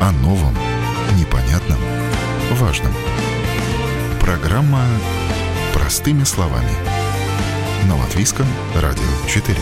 О новом, непонятном, важном. Программа «Простыми словами» на Латвийском радио 4.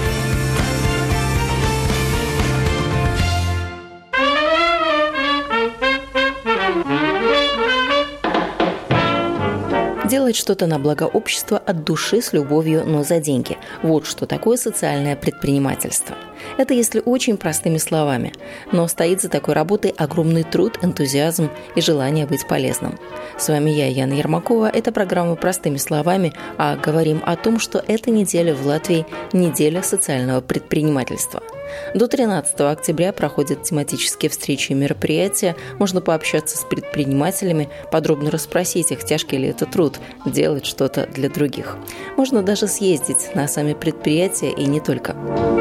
Делать что-то на благо общества от души с любовью, но за деньги. Вот что такое социальное предпринимательство. Это если очень простыми словами. Но стоит за такой работой огромный труд, энтузиазм и желание быть полезным. С вами я, Яна Ермакова. Это программа «Простыми словами», а говорим о том, что эта неделя в Латвии – неделя социального предпринимательства. До 13 октября проходят тематические встречи и мероприятия. Можно пообщаться с предпринимателями, подробно расспросить их, тяжкий ли это труд – делать что-то для других. Можно даже съездить на сами предприятия и не только.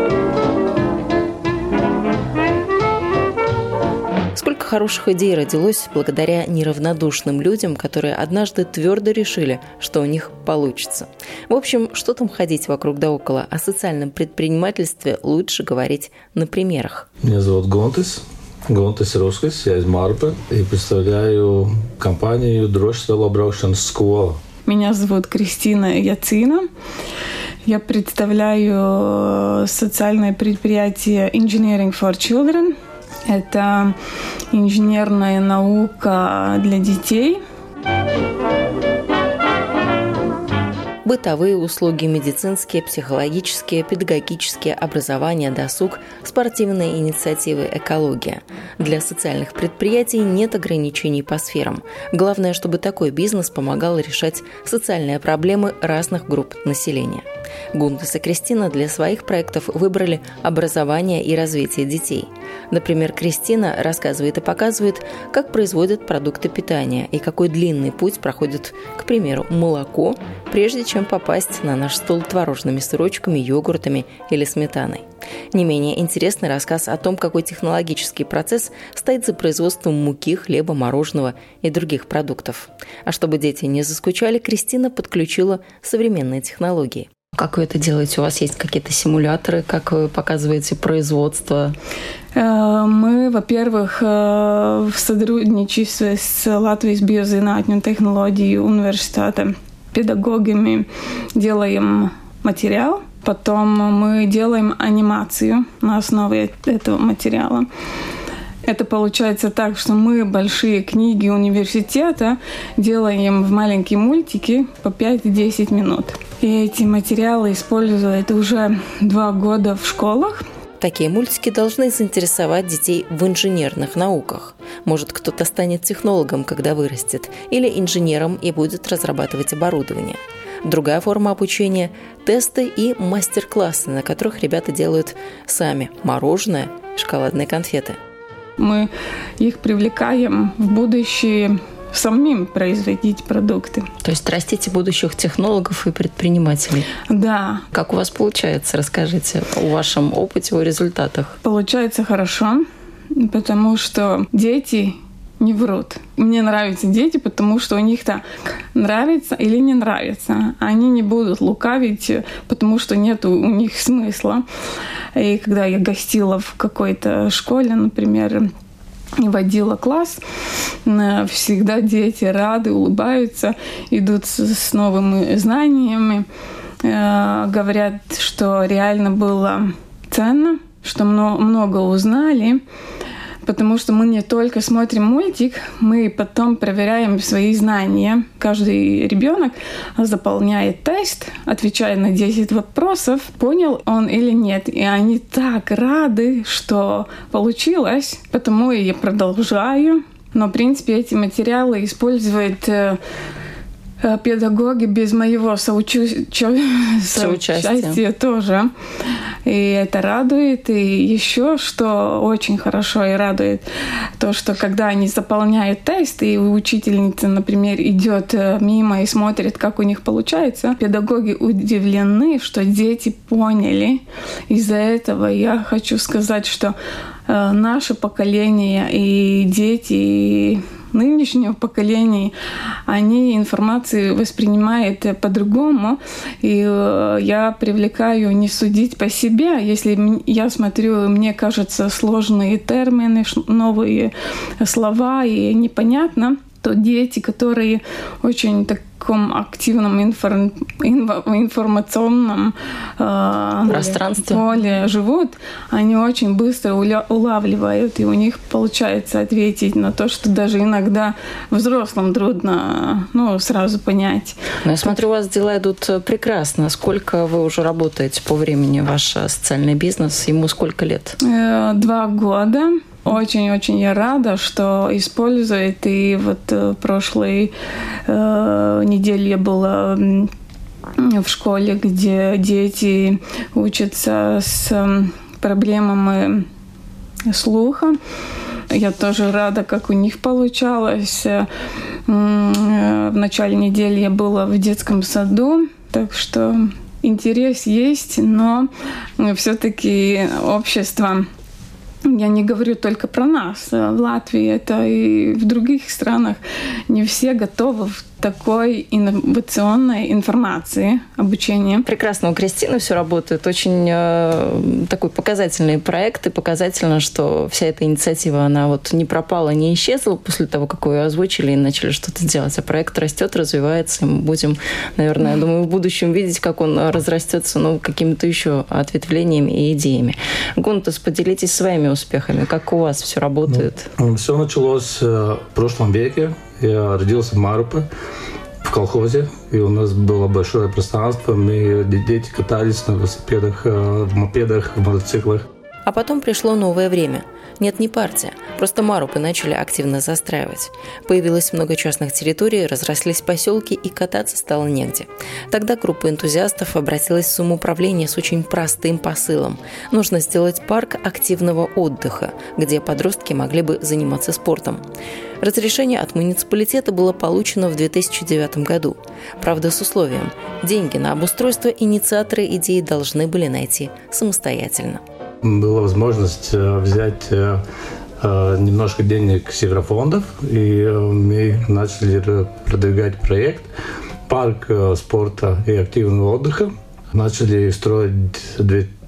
Сколько хороших идей родилось благодаря неравнодушным людям, которые однажды твердо решили, что у них получится. В общем, что там ходить вокруг да около, о социальном предпринимательстве лучше говорить на примерах. Меня зовут Guntis Ruskis, я из Марпы и представляю компанию «Drošas velobraukšanas skola». Меня зовут Кристина Яцина. Я представляю социальное предприятие Engineering for Children. Это инженерная наука для детей. Бытовые услуги, медицинские, психологические, педагогические, образование, досуг, спортивные инициативы, экология. Для социальных предприятий нет ограничений по сферам. Главное, чтобы такой бизнес помогал решать социальные проблемы разных групп населения. Гунтис и Кристина для своих проектов выбрали образование и развитие детей. Например, Кристина рассказывает и показывает, как производят продукты питания и какой длинный путь проходит, к примеру, молоко, прежде чем попасть на наш стол творожными сырочками, йогуртами или сметаной. Не менее интересный рассказ о том, какой технологический процесс стоит за производством муки, хлеба, мороженого и других продуктов. А чтобы дети не заскучали, Кристина подключила современные технологии. Как вы это делаете? У вас есть какие-то симуляторы? Как вы показываете производство? Мы, во-первых, в сотрудничестве с Латвijas биозinātņu технологией университета педагогами делаем материал. Потом мы делаем анимацию на основе этого материала. Это получается так, что мы большие книги университета делаем в маленькие мультики по 5-10 минут. И эти материалы используют уже 2 года в школах. Такие мультики должны заинтересовать детей в инженерных науках. Может, кто-то станет технологом, когда вырастет, или инженером и будет разрабатывать оборудование. Другая форма обучения – тесты и мастер-классы, на которых ребята делают сами мороженое, шоколадные конфеты. Мы их привлекаем в будущее самим производить продукты. То есть растите будущих технологов и предпринимателей? Да. Как у вас получается? Расскажите о вашем опыте, о результатах. Получается хорошо, потому что дети не врут. Мне нравятся дети, потому что у них-то нравится или не нравится. Они не будут лукавить, потому что нет у них смысла. И когда я гостила в какой-то школе, например, и водила класс, всегда дети рады, улыбаются, идут с новыми знаниями, говорят, что реально было ценно, что много узнали. Потому что мы не только смотрим мультик, мы потом проверяем свои знания. Каждый ребенок заполняет тест, отвечая на 10 вопросов, понял он или нет. И они так рады, что получилось, потому и я продолжаю. Но, в принципе, эти материалы используют педагоги без моего соучастия тоже. И это радует. И еще, что очень хорошо и радует, то, что когда они заполняют тест, и учительница, например, идет мимо и смотрит, как у них получается, педагоги удивлены, что дети поняли. Из-за этого я хочу сказать, что наше поколение и дети, и нынешнего поколения, они информацию воспринимают по-другому. И я привлекаю не судить по себе. Если я смотрю, мне кажется, сложные термины, новые слова и непонятно, то дети, которые очень в таком активном информационном поле живут, они очень быстро улавливают, и у них получается ответить на то, что даже иногда взрослым трудно сразу понять. Но я смотрю, у вас дела идут прекрасно. Сколько вы уже работаете по времени, ваш социальный бизнес? Ему сколько лет? 2 года. Очень-очень я рада, что использует. И вот прошлой неделе я была в школе, где дети учатся с проблемами слуха. Я тоже рада, как у них получалось. В начале недели я была в детском саду, так что интерес есть, но все-таки общество... Я не говорю только про нас. В Латвии это и в других странах не все готовы в такой инновационной информации, обучении. Прекрасно, у Кристины все работает. Очень такой показательный проект. И показательно, что вся эта инициатива, она вот не пропала, не исчезла после того, как вы ее озвучили и начали что-то делать. А проект растет, развивается. И мы будем, наверное, я думаю, в будущем видеть, как он разрастется какими-то еще ответвлениями и идеями. Гунтас, поделитесь своими успехами. Как у вас все работает? Все началось в прошлом веке. Я родился в Марупе, в колхозе, и у нас было большое пространство. Мы, дети, катались на велосипедах, в мопедах, в мотоциклах. А потом пришло новое время. Нет, не партия. Просто Марупы начали активно застраивать. Появилось много частных территорий, разрослись поселки, и кататься стало негде. Тогда группа энтузиастов обратилась в самоуправление с очень простым посылом. Нужно сделать парк активного отдыха, где подростки могли бы заниматься спортом. Разрешение от муниципалитета было получено в 2009 году. Правда, с условием – деньги на обустройство инициаторы идеи должны были найти самостоятельно. Была возможность взять немножко денег с еврофондов, и мы начали продвигать проект «Парк спорта и активного отдыха». Начали строить в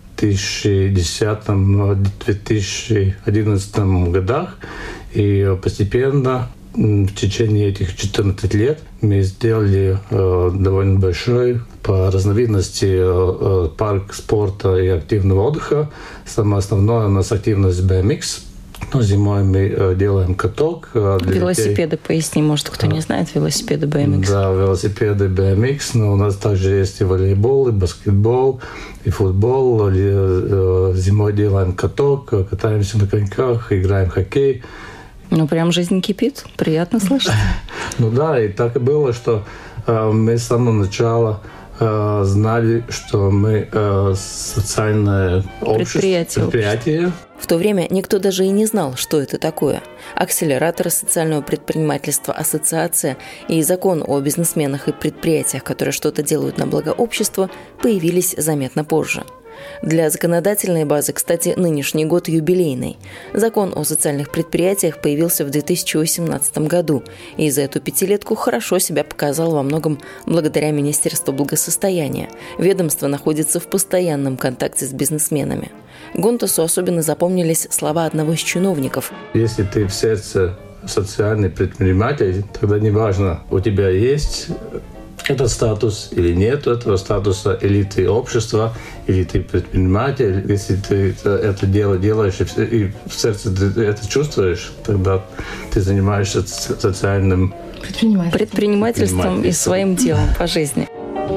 2010-2011 годах, и постепенно в течение этих 14 лет мы сделали довольно большой по разновидности парк спорта и активного отдыха. Самое основное у нас активность BMX. Зимой мы делаем каток. Велосипеды, детей. Поясни, может, кто не знает, велосипеды BMX. Да, велосипеды BMX, но у нас также есть и волейбол, и баскетбол, и футбол. Зимой делаем каток, катаемся на коньках, играем в хоккей. Прям жизнь кипит. Приятно слышать. Да, и так и было, что мы с самого начала знали, что мы социальное предприятие. В то время никто даже и не знал, что это такое. Акселератор социального предпринимательства, ассоциация и закон о бизнесменах и предприятиях, которые что-то делают на благо общества, появились заметно позже. Для законодательной базы, кстати, нынешний год юбилейный. Закон о социальных предприятиях появился в 2018 году, и за эту пятилетку хорошо себя показал во многом благодаря Министерству благосостояния. Ведомство находится в постоянном контакте с бизнесменами. Гунтасу особенно запомнились слова одного из чиновников. Если ты в сердце социальный предприниматель, тогда неважно, у тебя есть этот статус или нет этого статуса, или ты общество, или ты предприниматель. Если ты это дело делаешь и в сердце ты это чувствуешь, тогда ты занимаешься социальным предпринимательством и своим делом по жизни.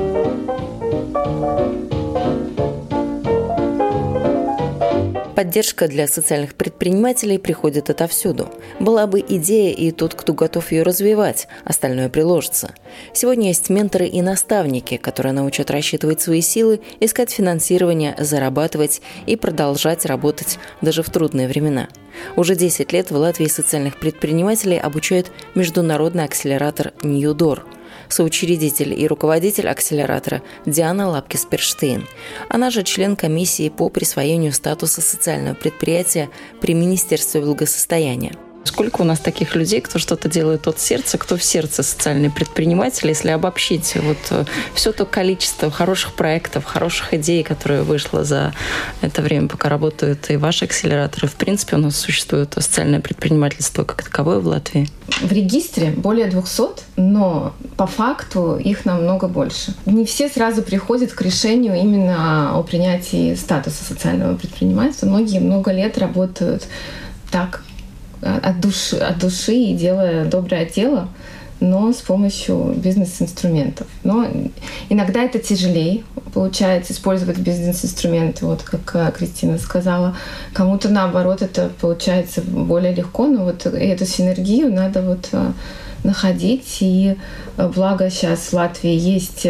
Поддержка для социальных предпринимателей приходит отовсюду. Была бы идея, и тот, кто готов ее развивать, остальное приложится. Сегодня есть менторы и наставники, которые научат рассчитывать свои силы, искать финансирование, зарабатывать и продолжать работать даже в трудные времена. Уже 10 лет в Латвии социальных предпринимателей обучает международный акселератор «Ньюдор». Соучредитель и руководитель акселератора Диана Лапкис-Перштейн. Она же член комиссии по присвоению статуса социального предприятия при Министерстве благосостояния. Сколько у нас таких людей, кто что-то делает от сердца, кто в сердце социальный предприниматель, если обобщить вот все то количество хороших проектов, хороших идей, которые вышло за это время, пока работают и ваши акселераторы. В принципе, у нас существует социальное предпринимательство как таковое в Латвии. В регистре более 200, но по факту их намного больше. Не все сразу приходят к решению именно о принятии статуса социального предпринимательства. Многие много лет работают так, от души и делая доброе дело, но с помощью бизнес-инструментов. Но иногда это тяжелее, получается, использовать бизнес-инструменты, вот как Кристина сказала. Кому-то, наоборот, это получается более легко, но вот эту синергию надо вот находить. И благо сейчас в Латвии есть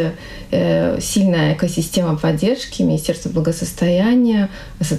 сильная экосистема поддержки, Министерство благосостояния,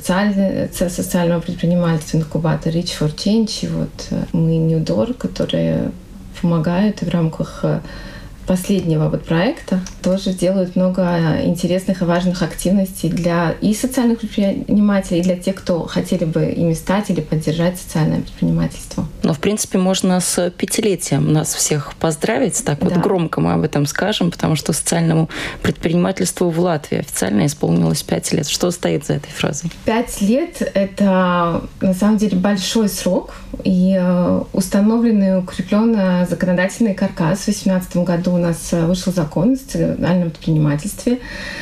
социального предпринимательства, инкубатор Reach for Change, и вот мы Ньюдор, которые помогают и в рамках последнего вот проекта тоже делают много интересных и важных активностей для и социальных предпринимателей, и для тех, кто хотели бы ими стать или поддержать социальное предпринимательство. Но, в принципе, можно с 5-летием нас всех поздравить. Так вот громко мы об этом скажем, потому что социальному предпринимательству в Латвии официально исполнилось 5 лет. Что стоит за этой фразой? 5 лет — это, на самом деле, большой срок. И установленный, укрепленный законодательный каркас. В 2018 году у нас вышел закон о социальном предпринимательстве.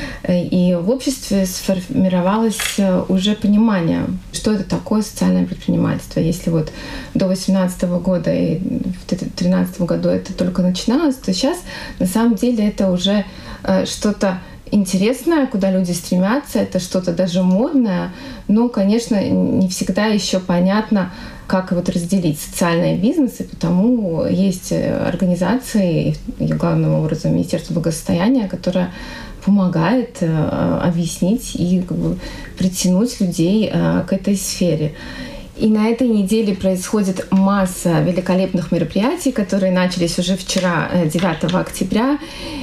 И в обществе сформировалось уже понимание, что это такое социальное предпринимательство. Если вот до 2018 года и в 2013 году это только начиналось, то сейчас на самом деле это уже что-то интересное, куда люди стремятся, это что-то даже модное, но, конечно, не всегда еще понятно, как вот разделить социальные бизнесы, потому есть организации, и главным образом Министерство благосостояния, которое помогает объяснить и как бы притянуть людей к этой сфере. И на этой неделе происходит масса великолепных мероприятий, которые начались уже вчера, 9 октября.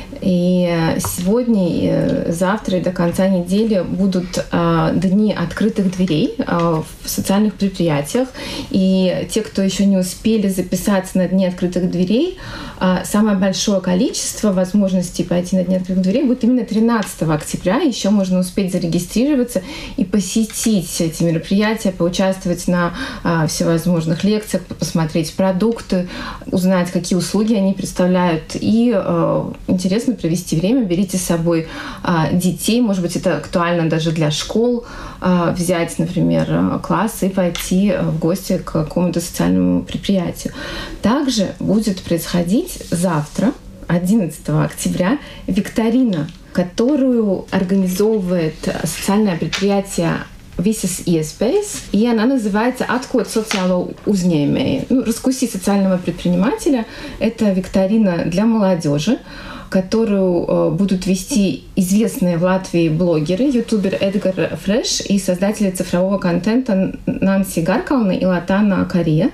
И сегодня, и завтра, и до конца недели будут дни открытых дверей в социальных предприятиях. И те, кто еще не успели записаться на дни открытых дверей, самое большое количество возможностей пойти на дни открытых дверей будет именно 13 октября. Еще можно успеть зарегистрироваться и посетить эти мероприятия, поучаствовать на всевозможных лекциях, посмотреть продукты, узнать, какие услуги они представляют. И интересно провести время. Берите с собой детей. Может быть, это актуально даже для школ. Взять, например, класс и пойти в гости к какому-то социальному предприятию. Также будет происходить завтра, 11 октября, викторина, которую организовывает социальное предприятие Visas iespējas, и она называется «Atkot sociālo uzņēmēju». «Раскуси социального предпринимателя» — это викторина для молодежи, которую будут вести известные в Латвии блогеры, ютубер Эдгар Фреш и создатели цифрового контента Нанси Гаркална и Латана Кария.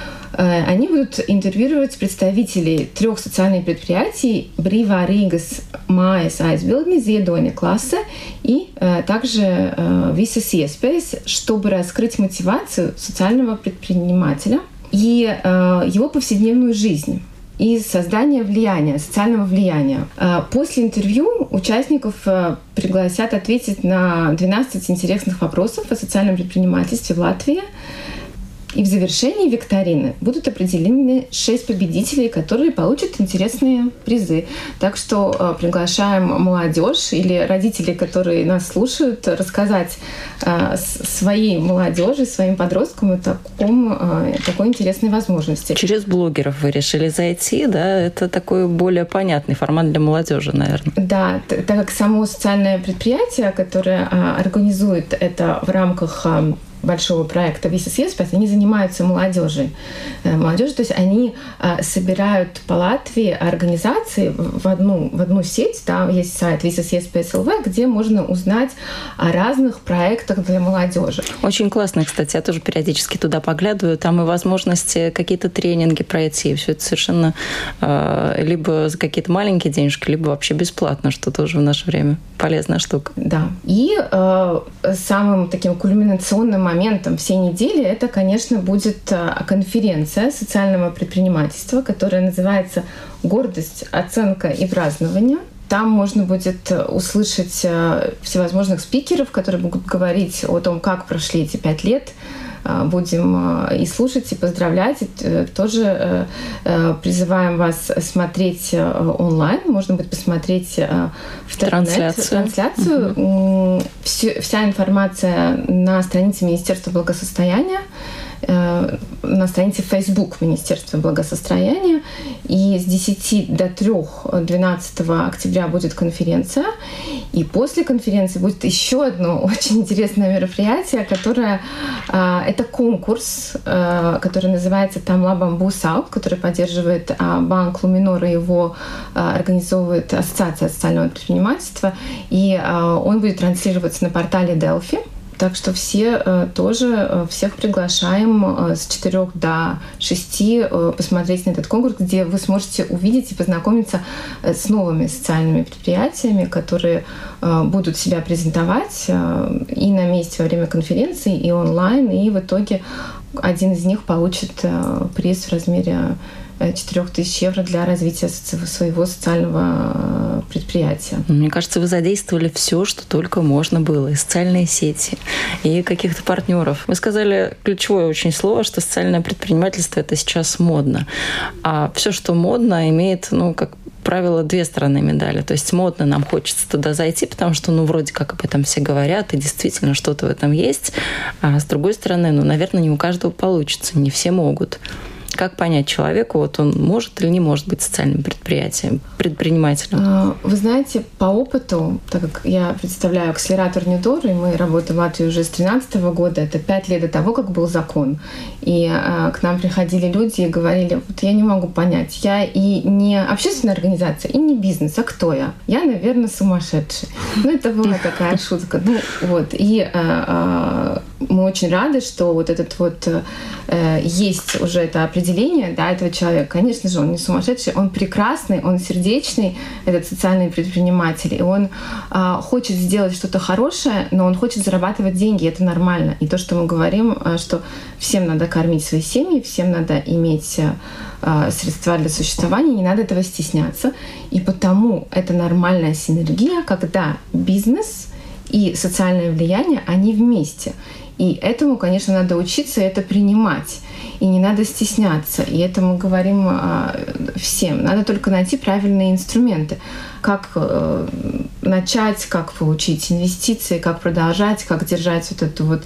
Они будут интервьюировать представителей 3 социальных предприятий Brīvā Rīgas mājas aizbildņi, Ziedoņa класса и также Visas iespējas, чтобы раскрыть мотивацию социального предпринимателя и его повседневную жизнь и создание влияния, социального влияния. После интервью участников пригласят ответить на 12 интересных вопросов о социальном предпринимательстве в Латвии. И в завершении викторины будут определены 6 победителей, которые получат интересные призы. Так что приглашаем молодежь или родителей, которые нас слушают, рассказать своей молодежи, своим подросткам о такой интересной возможности. Через блогеров вы решили зайти, да? Это такой более понятный формат для молодежи, наверное. Да, так как само социальное предприятие, которое организует это в рамках большого проекта Visas iespējas, они занимаются молодежью. То есть они собирают по Латвии организации в одну сеть. Там есть сайт Visas iespējas LV, где можно узнать о разных проектах для молодежи. Очень классно, кстати. Я тоже периодически туда поглядываю. Там и возможности какие-то тренинги пройти. Все это совершенно либо за какие-то маленькие денежки, либо вообще бесплатно, что тоже в наше время полезная штука. Да. И самым таким кульминационным моментом моментом всей недели это, конечно, будет конференция социального предпринимательства, которая называется «Гордость, оценка и празднование». Там можно будет услышать всевозможных спикеров, которые будут говорить о том, как прошли эти 5 лет. Будем и слушать, и поздравлять. И тоже призываем вас смотреть онлайн. Можно будет посмотреть в трансляцию. Вся информация на странице Министерства благосостояния, на странице Facebook Министерства благосостояния. И с 10 до 3 12 октября будет конференция. И после конференции будет еще одно очень интересное мероприятие, которое это конкурс, который называется «Тамла Бамбу Саук», который поддерживает банк Луминор, и его организовывает Ассоциация социального предпринимательства. И он будет транслироваться на портале Delphi. Так что все тоже, всех приглашаем с 4 до 6 посмотреть на этот конкурс, где вы сможете увидеть и познакомиться с новыми социальными предприятиями, которые будут себя презентовать и на месте во время конференции, и онлайн, и в итоге один из них получит приз в размере 4000 евро для развития своего социального предприятия. Мне кажется, вы задействовали все, что только можно было. И социальные сети, и каких-то партнеров. Вы сказали ключевое очень слово, что социальное предпринимательство — это сейчас модно. А все, что модно, имеет, как правило, 2 стороны медали. То есть модно, нам хочется туда зайти, потому что, вроде как об этом все говорят, и действительно что-то в этом есть. А с другой стороны, наверное, не у каждого получится, не все могут. Как понять человеку, он может или не может быть социальным предпринимателем? Вы знаете, по опыту, так как я представляю акселератор Ньюдор, и мы работаем в Латвии уже с 2013 года, это 5 лет до того, как был закон. И к нам приходили люди и говорили: я не могу понять, я и не общественная организация, и не бизнес, а кто я? Я, наверное, сумасшедший. Это была такая шутка. И мы очень рады, что есть уже это определение, этого человека. Конечно же, он не сумасшедший, он прекрасный, он сердечный, этот социальный предприниматель, и он хочет сделать что-то хорошее, но он хочет зарабатывать деньги, это нормально. И то, что мы говорим, что всем надо кормить свои семьи, всем надо иметь средства для существования, не надо этого стесняться. И потому это нормальная синергия, когда бизнес и социальное влияние, они вместе. И этому, конечно, надо учиться и это принимать. И не надо стесняться. И это мы говорим всем. Надо только найти правильные инструменты. Как начать, как получить инвестиции, как продолжать, как держать эту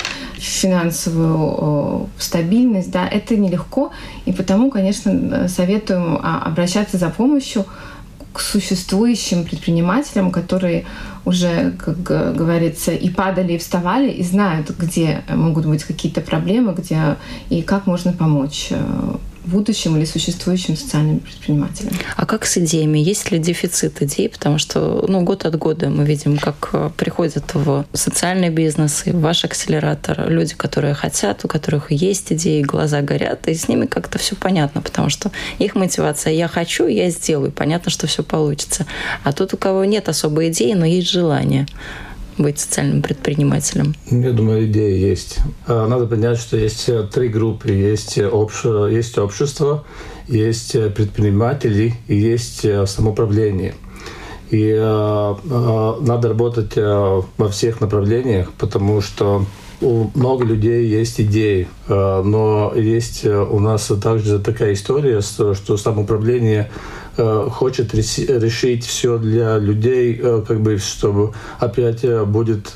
финансовую стабильность. Это нелегко. И потому, конечно, советуем обращаться за помощью к существующим предпринимателям, которые уже, как говорится, и падали, и вставали, и знают, где могут быть какие-то проблемы, где и как можно помочь будущим или существующим социальным предпринимателям. А как с идеями? Есть ли дефицит идей? Потому что год от года мы видим, как приходят в социальный бизнес и в ваш акселератор люди, которые хотят, у которых есть идеи, глаза горят, и с ними как-то все понятно, потому что их мотивация: я хочу, я сделаю, понятно, что все получится. А тут, у кого нет особой идеи, но есть желание быть социальным предпринимателем? Я думаю, идея есть. Надо понять, что есть 3 группы. Есть общество, есть предприниматели и есть самоуправление. И надо работать во всех направлениях, потому что у много людей есть идеи, но есть у нас также такая история, что самоуправление хочет решить все для людей, чтобы опять будет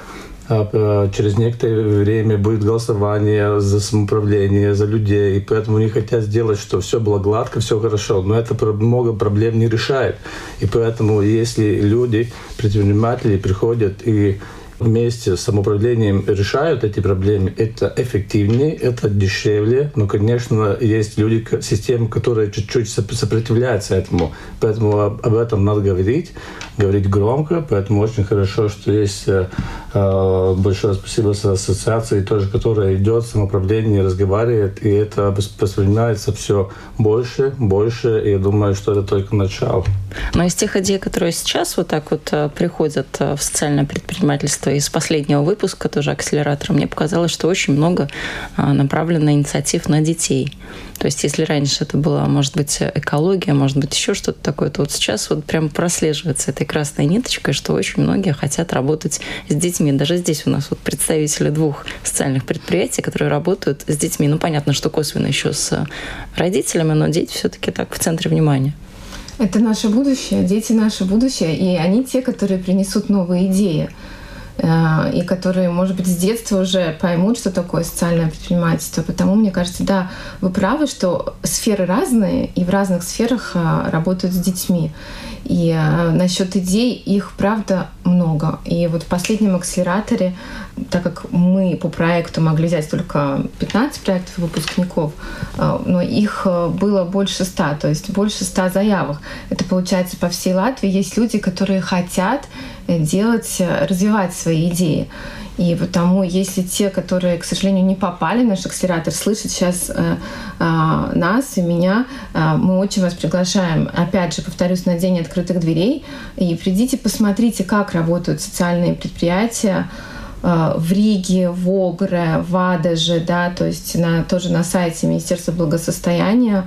через некоторое время будет голосование за самоуправление, за людей, и поэтому они хотят сделать, чтобы все было гладко, все хорошо, но это много проблем не решает. И поэтому, если люди, предприниматели приходят и вместе с самоуправлением решают эти проблемы, это эффективнее, это дешевле. Но, конечно, есть люди, системы, которые чуть-чуть сопротивляются этому. Поэтому об этом надо говорить громко. Поэтому очень хорошо, что есть большое спасибо ассоциации тоже, которая идет в самоуправлении, разговаривает, и это воспринимается все больше. И я думаю, что это только начало. Но из тех идей, которые сейчас вот так вот приходят в социальное предпринимательство, из последнего выпуска тоже акселератора, мне показалось, что очень много направлено инициатив на детей. То есть если раньше это была, может быть, экология, может быть, еще что-то такое, то вот сейчас вот прям прослеживается этой красной ниточкой, что очень многие хотят работать с детьми. Даже здесь у нас вот представители 2 социальных предприятий, которые работают с детьми. Ну, понятно, что косвенно еще с родителями, но дети все-таки так в центре внимания. Это наше будущее, дети наше будущее, и они те, которые принесут новые идеи. И которые, может быть, с детства уже поймут, что такое социальное предпринимательство. Потому, мне кажется, да, вы правы, что сферы разные, и в разных сферах работают с детьми. И насчет идей их, правда, много. И вот в последнем акселераторе, так как мы по проекту могли взять только 15 проектов выпускников, но их было больше 100, то есть больше 100 заявок. Это получается по всей Латвии есть люди, которые хотят делать, развивать свои идеи. И потому, если те, которые, к сожалению, не попали в наш акселератор, слышат сейчас нас и меня, мы очень вас приглашаем, опять же, повторюсь, на День открытых дверей. И придите, посмотрите, как работают социальные предприятия в Риге, в Огре, в Адаже, да, то есть тоже на сайте Министерства благосостояния.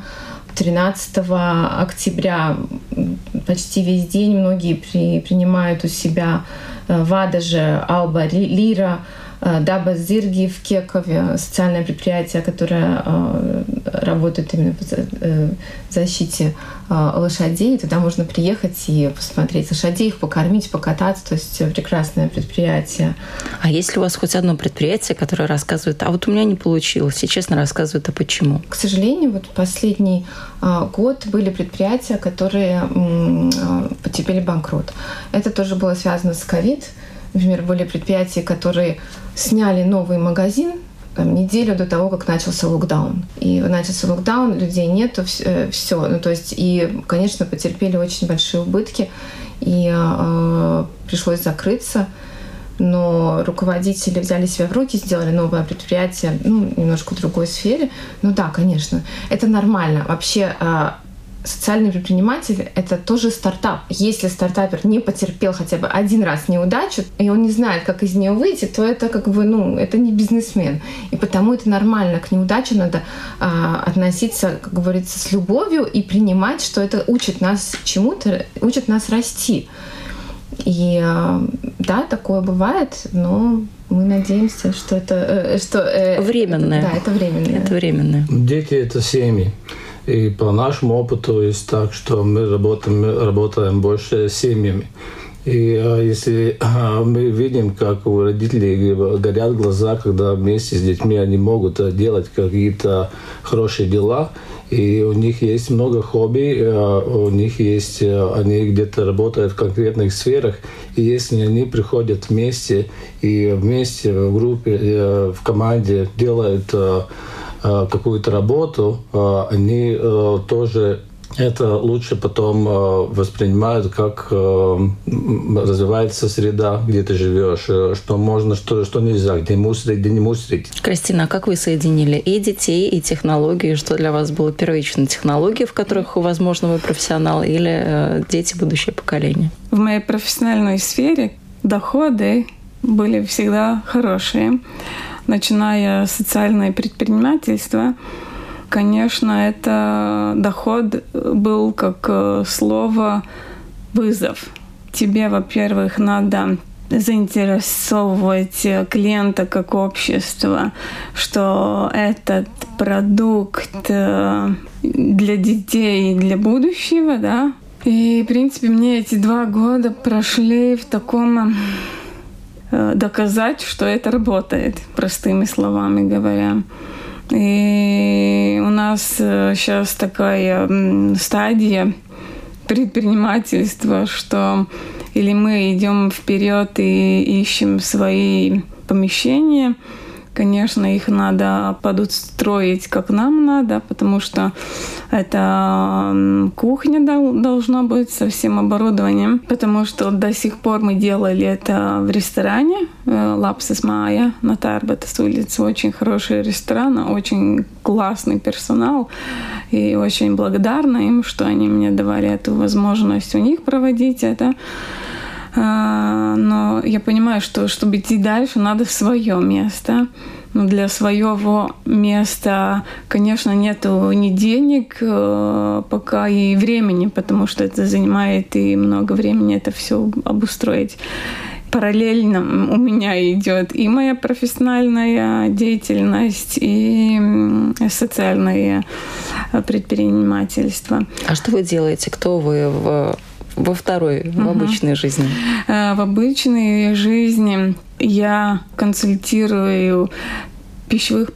13 октября почти весь день многие принимают у себя в Адаже, Алба Лира, Даба Зирги в Кекове, социальное предприятие, которое работает именно в защите лошадей. Туда можно приехать и посмотреть лошадей, их покормить, покататься. То есть прекрасное предприятие. А есть ли у вас хоть одно предприятие, которое рассказывает, а вот у меня не получилось, и честно рассказывает, а почему? К сожалению, вот последний год были предприятия, которые потерпели банкрот. Это тоже было связано с ковид. Например, были предприятия, которые сняли новый магазин неделю до того, как начался локдаун. И начался локдаун, людей нету, все. Ну, то есть, и, конечно, потерпели очень большие убытки, и пришлось закрыться. Но руководители взяли себя в руки, сделали новое предприятие, немножко в другой сфере. Ну да, конечно, это нормально. Вообще, социальный предприниматель — это тоже стартап. Если стартапер не потерпел хотя бы один раз неудачу, и он не знает, как из нее выйти, то это это не бизнесмен. И потому это нормально. К неудаче надо относиться, как говорится, с любовью и принимать, что это учит нас чему-то, учит нас расти. И да, такое бывает, но мы надеемся, что это временное. Это временное. Это временное. Дети — это семьи. И по нашему опыту есть так, что мы работаем больше с семьями. И если мы видим, как у родителей горят глаза, когда вместе с детьми они могут делать какие-то хорошие дела, и у них есть много хобби, у них есть, они где-то работают в конкретных сферах, и если они приходят вместе и вместе в группе, в команде делают какую-то работу, они тоже это лучше потом воспринимают, как развивается среда, где ты живешь, что можно, что нельзя, где мусорить, где не мусорить. Кристина, а как вы соединили и детей, и технологии? Что для вас было первично? Технологии, в которых, возможно, вы профессионал, или дети, будущее поколение? В моей профессиональной сфере доходы были всегда хорошие. Начиная социальное предпринимательство, конечно, это доход был как слово «вызов». Тебе, во-первых, надо заинтересовывать клиента как общество, что этот продукт для детей и для будущего, да. И, в принципе, мне эти 2 года прошли в таком... доказать, что это работает, простыми словами говоря. И у нас сейчас такая стадия предпринимательства, что или мы идем вперед и ищем свои помещения, Конечно, их надо подстроить как нам надо, потому что это кухня должна быть со всем оборудованием, потому что до сих пор мы делали это в ресторане Lapsas māja на Tērbatas улице. Очень хороший ресторан, очень классный персонал, и очень благодарна им, что они мне давали эту возможность у них проводить это. Но я понимаю, что чтобы идти дальше, надо свое место. Но для своего места, конечно, нету ни денег пока и времени, потому что это занимает и много времени это все обустроить. Параллельно у меня идет и моя профессиональная деятельность, и социальное предпринимательство. А что вы делаете? Кто вы во второй, в обычной жизни? В обычной жизни я консультирую пищевых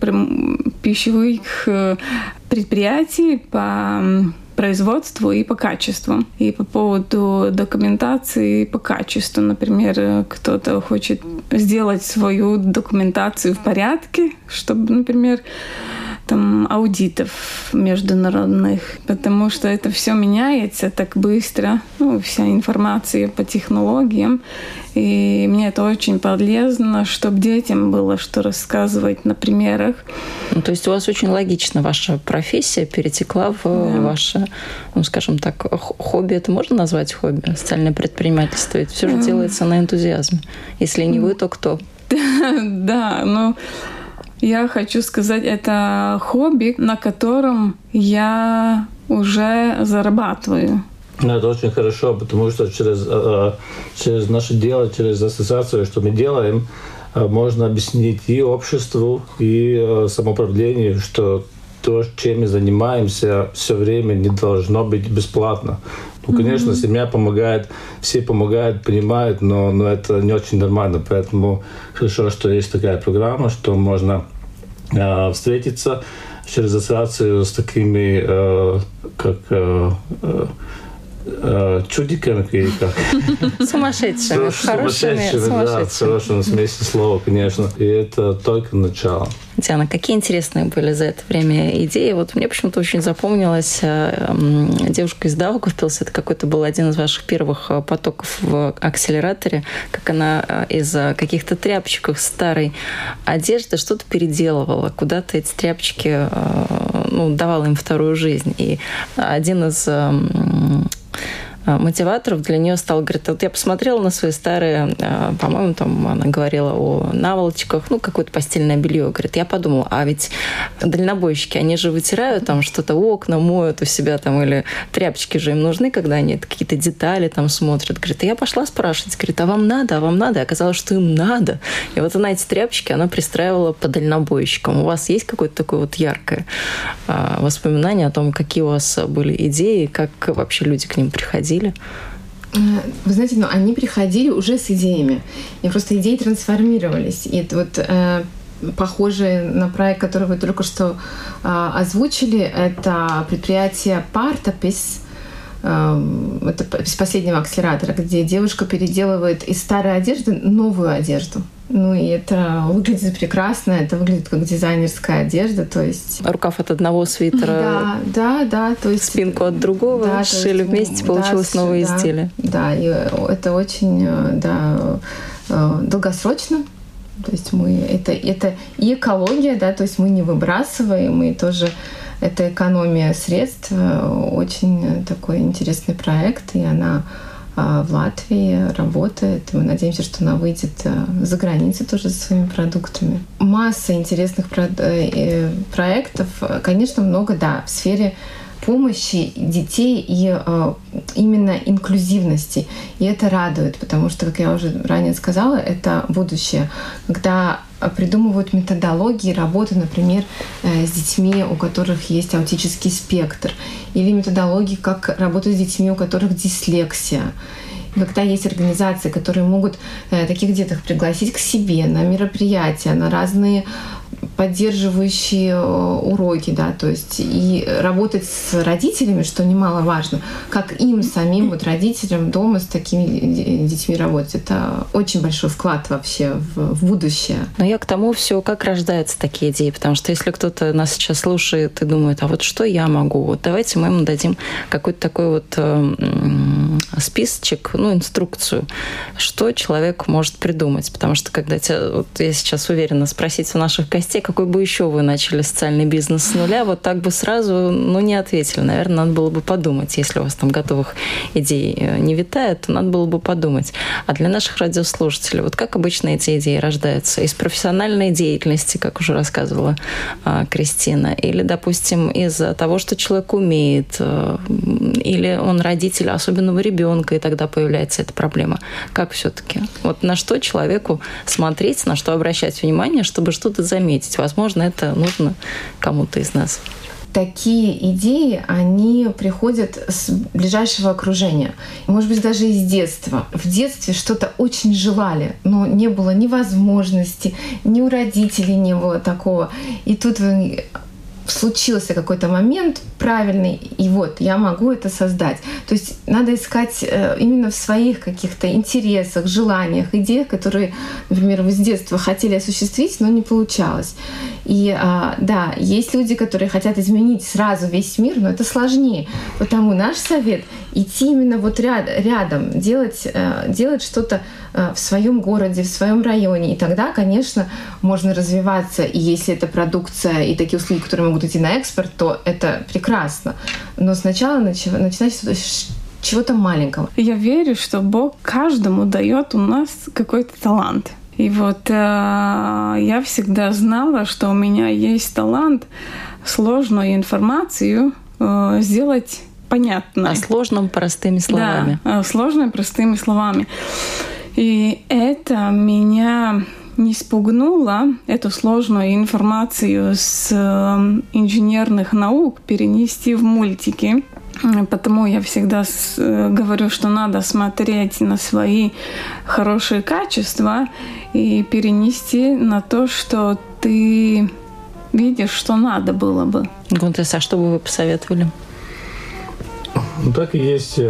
предприятий по производству и по качеству. И по поводу документации по качеству. Например, кто-то хочет сделать свою документацию в порядке, чтобы, например, там, аудитов международных, потому что это все меняется так быстро, вся информация по технологиям, и мне это очень полезно, чтобы детям было что рассказывать на примерах. То есть у вас очень логично ваша профессия перетекла в ваше, скажем так, хобби. Это можно назвать хобби? Социальное предпринимательство. Ведь все же делается на энтузиазме. Если не вы, то кто? Да, я хочу сказать, это хобби, на котором я уже зарабатываю. Это очень хорошо, потому что через наше дело, через ассоциацию, что мы делаем, можно объяснить и обществу, и самоуправлению, что то, чем мы занимаемся, все время не должно быть бесплатно. Конечно, семья помогает, все помогают, понимают, но это не очень нормально. Поэтому хорошо, что есть такая программа, что можно встретиться через ассоциацию с такими, как чудиками, как сумасшедшими, да, в хорошем смысле слова, конечно. И это только начало. Диана, какие интересные были за это время идеи? Вот мне почему-то очень запомнилась девушка из Даугавпилса. Это какой-то был один из ваших первых потоков в акселераторе, как она из каких-то тряпочек старой одежды что-то переделывала, куда-то эти тряпочки давала им вторую жизнь. И один из мотиваторов для нее стал, говорит, вот я посмотрела на свои старые, по-моему, там она говорила о наволочках, какое-то постельное белье. Говорит, я подумала, а ведь дальнобойщики, они же вытирают там что-то, окна моют у себя там, или тряпочки же им нужны, когда они какие-то детали там смотрят. Говорит, я пошла спрашивать, говорит, а вам надо? И оказалось, что им надо. И вот она эти тряпочки, она пристраивала по дальнобойщикам. У вас есть какое-то такое вот яркое воспоминание о том, какие у вас были идеи, как вообще люди к ним приходили? Вы знаете, они приходили уже с идеями. И просто идеи трансформировались. И это вот похоже на проект, который вы только что озвучили. Это предприятие Partapis. Это из последнего акселератора, где девушка переделывает из старой одежды новую одежду. И это выглядит прекрасно, это выглядит как дизайнерская одежда, то есть... Рукав от одного свитера, да, то есть... спинку от другого, сшили вместе, получилось новое изделие. Да, и это очень, долгосрочно. То есть это и экология, то есть мы не выбрасываем, и тоже это экономия средств. Очень такой интересный проект, и она в Латвии работает. Мы надеемся, что она выйдет за границу тоже со своими продуктами. Масса интересных проектов. Конечно, много, в сфере помощи детей и именно инклюзивности. И это радует, потому что, как я уже ранее сказала, это будущее. Когда придумывают методологии работы, например, с детьми, у которых есть аутический спектр, или методологии, как работать с детьми, у которых дислексия. И когда есть организации, которые могут таких деток пригласить к себе на мероприятия, на разные поддерживающие уроки, да, то есть и работать с родителями, что немаловажно, как им самим, вот родителям дома с такими детьми работать. Это очень большой вклад вообще в будущее. Но я к тому все, как рождаются такие идеи, потому что если кто-то нас сейчас слушает и думает, а вот что я могу, вот давайте мы ему дадим какой-то такой вот списочек, инструкцию, что человек может придумать, потому что когда вот я сейчас уверена спросить у наших гостей, какой бы еще вы начали социальный бизнес с нуля, вот так бы сразу, не ответили. Наверное, надо было бы подумать. Если у вас там готовых идей не витает, то надо было бы подумать. А для наших радиослушателей, вот как обычно эти идеи рождаются? Из профессиональной деятельности, как уже рассказывала Кристина, или, допустим, из-за того, что человек умеет, или он родитель особенного ребенка, и тогда появляется эта проблема. Как все-таки? Вот на что человеку смотреть, на что обращать внимание, чтобы что-то заметить? Возможно, это нужно кому-то из нас. Такие идеи, они приходят с ближайшего окружения. Может быть, даже из детства. В детстве что-то очень желали, но не было ни возможности, ни у родителей не было такого. И тут случился какой-то момент правильный, и вот я могу это создать. То есть надо искать именно в своих каких-то интересах, желаниях, идеях, которые, например, вы с детства хотели осуществить, но не получалось. И да, есть люди, которые хотят изменить сразу весь мир, но это сложнее. Потому наш совет — идти именно вот рядом, делать что-то в своем городе, в своем районе. И тогда, конечно, можно развиваться. И если это продукция и такие услуги, которые могут идти на экспорт, то это прекрасно. Но сначала начинать с чего-то маленького. Я верю, что Бог каждому дает у нас какой-то талант. И вот я всегда знала, что у меня есть талант сложную информацию сделать понятной. О сложном простыми словами. Да, сложно простыми словами. И это меня не спугнуло, эту сложную информацию с инженерных наук перенести в мультики. Потому я всегда говорю, что надо смотреть на свои хорошие качества и перенести на то, что ты видишь, что надо было бы. Гунтес, а что бы вы посоветовали? Так и есть,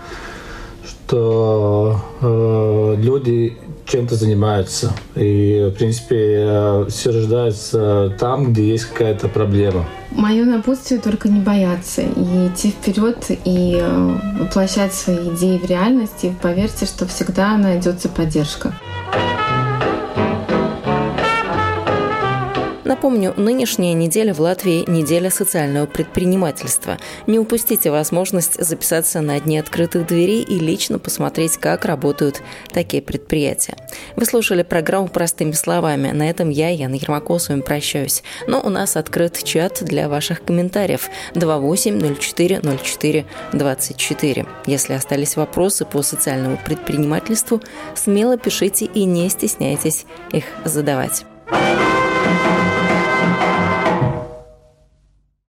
что люди чем-то занимаются. И, в принципе, все рождается там, где есть какая-то проблема. Мое напутствие — только не бояться и идти вперед и воплощать свои идеи в реальность. И поверьте, что всегда найдется поддержка. Напомню, нынешняя неделя в Латвии – неделя социального предпринимательства. Не упустите возможность записаться на дни открытых дверей и лично посмотреть, как работают такие предприятия. Вы слушали программу «Простыми словами». На этом я, Яна Ермакова, с вами прощаюсь. Но у нас открыт чат для ваших комментариев 28040424. Если остались вопросы по социальному предпринимательству, смело пишите и не стесняйтесь их задавать.